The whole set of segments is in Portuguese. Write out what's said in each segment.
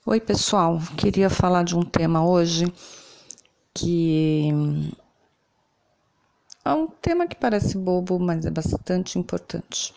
Oi, pessoal. Queria falar de um tema hoje que é um tema que parece bobo, mas é bastante importante.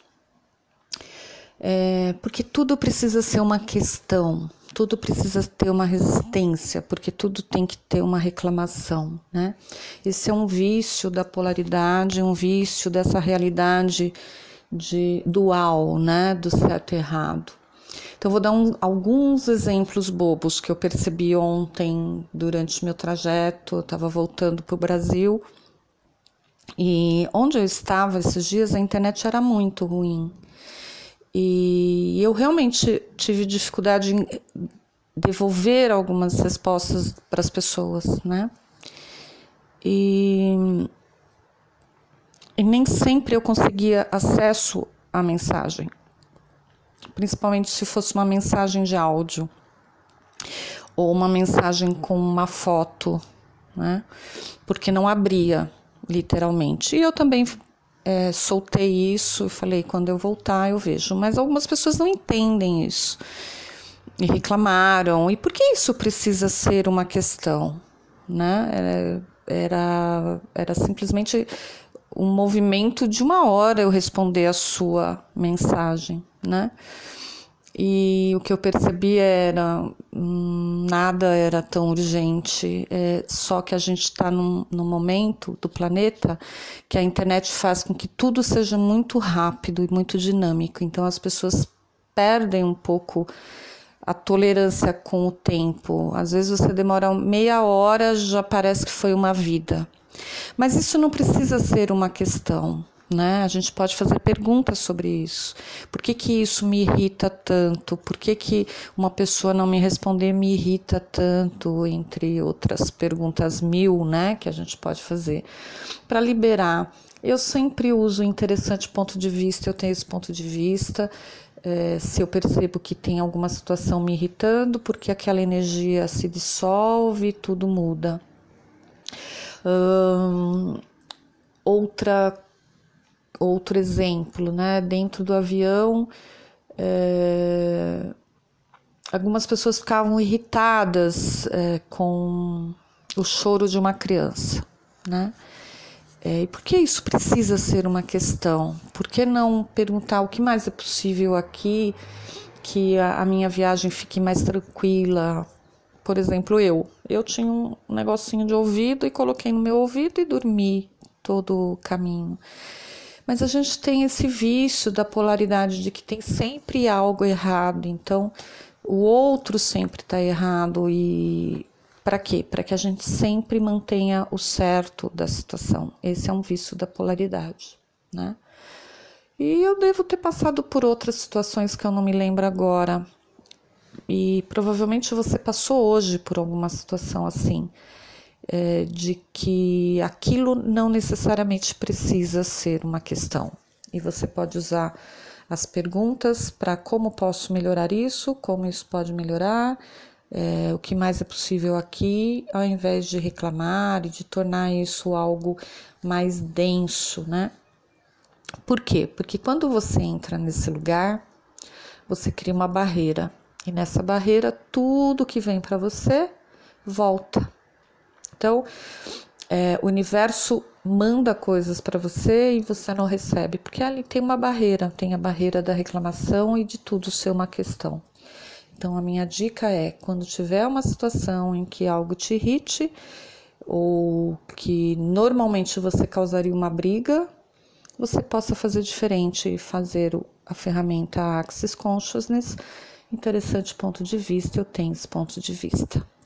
Porque tudo precisa ser uma questão, tudo precisa ter uma resistência, porque tudo tem que ter uma reclamação, né? Esse é um vício da polaridade, um vício dessa realidade dual, né? Do certo e errado. Então, vou dar alguns exemplos bobos que eu percebi ontem durante meu trajeto. Eu estava voltando para o Brasil e onde eu estava esses dias a internet era muito ruim. E eu realmente tive dificuldade em devolver algumas respostas para as pessoas, né? E nem sempre eu conseguia acesso à mensagem. Principalmente se fosse uma mensagem de áudio ou uma mensagem com uma foto, né? Porque não abria, literalmente. E eu também soltei isso e falei, quando eu voltar eu vejo. Mas algumas pessoas não entendem isso e reclamaram. E por que isso precisa ser uma questão, né? Era simplesmente um movimento de uma hora eu responder a sua mensagem, né? E o que eu percebi era nada era tão urgente, só que a gente está num momento do planeta que a internet faz com que tudo seja muito rápido e muito dinâmico, então as pessoas perdem um pouco a tolerância com o tempo. Às vezes você demora meia hora, já parece que foi uma vida. Mas isso não precisa ser uma questão, né? A gente pode fazer perguntas sobre isso. Por que isso me irrita tanto? Por que uma pessoa não me responder me irrita tanto? Entre outras perguntas mil, né? Que a gente pode fazer para liberar. Eu sempre uso interessante ponto de vista, eu tenho esse ponto de vista. Se eu percebo que tem alguma situação me irritando, porque aquela energia se dissolve, tudo muda. Outro exemplo, né? Dentro do avião, algumas pessoas ficavam irritadas com o choro de uma criança, né? E por que isso precisa ser uma questão? Por que não perguntar o que mais é possível aqui, que a minha viagem fique mais tranquila? Por exemplo, eu tinha um negocinho de ouvido e coloquei no meu ouvido e dormi todo o caminho. Mas a gente tem esse vício da polaridade de que tem sempre algo errado, então o outro sempre está errado. E para quê? Para que a gente sempre mantenha o certo da situação. Esse é um vício da polaridade, né? E eu devo ter passado por outras situações que eu não me lembro agora. E provavelmente você passou hoje por alguma situação assim, de que aquilo não necessariamente precisa ser uma questão. E você pode usar as perguntas para como posso melhorar isso, como isso pode melhorar, o que mais é possível aqui, ao invés de reclamar e de tornar isso algo mais denso, né? Por quê? Porque quando você entra nesse lugar, você cria uma barreira. E nessa barreira, tudo que vem para você volta. Então, o universo manda coisas para você e você não recebe, porque ali tem uma barreira, tem a barreira da reclamação e de tudo ser uma questão. Então, a minha dica é, quando tiver uma situação em que algo te irrite, ou que normalmente você causaria uma briga, você possa fazer diferente e fazer a ferramenta Access Consciousness. Interessante ponto de vista, eu tenho esse ponto de vista.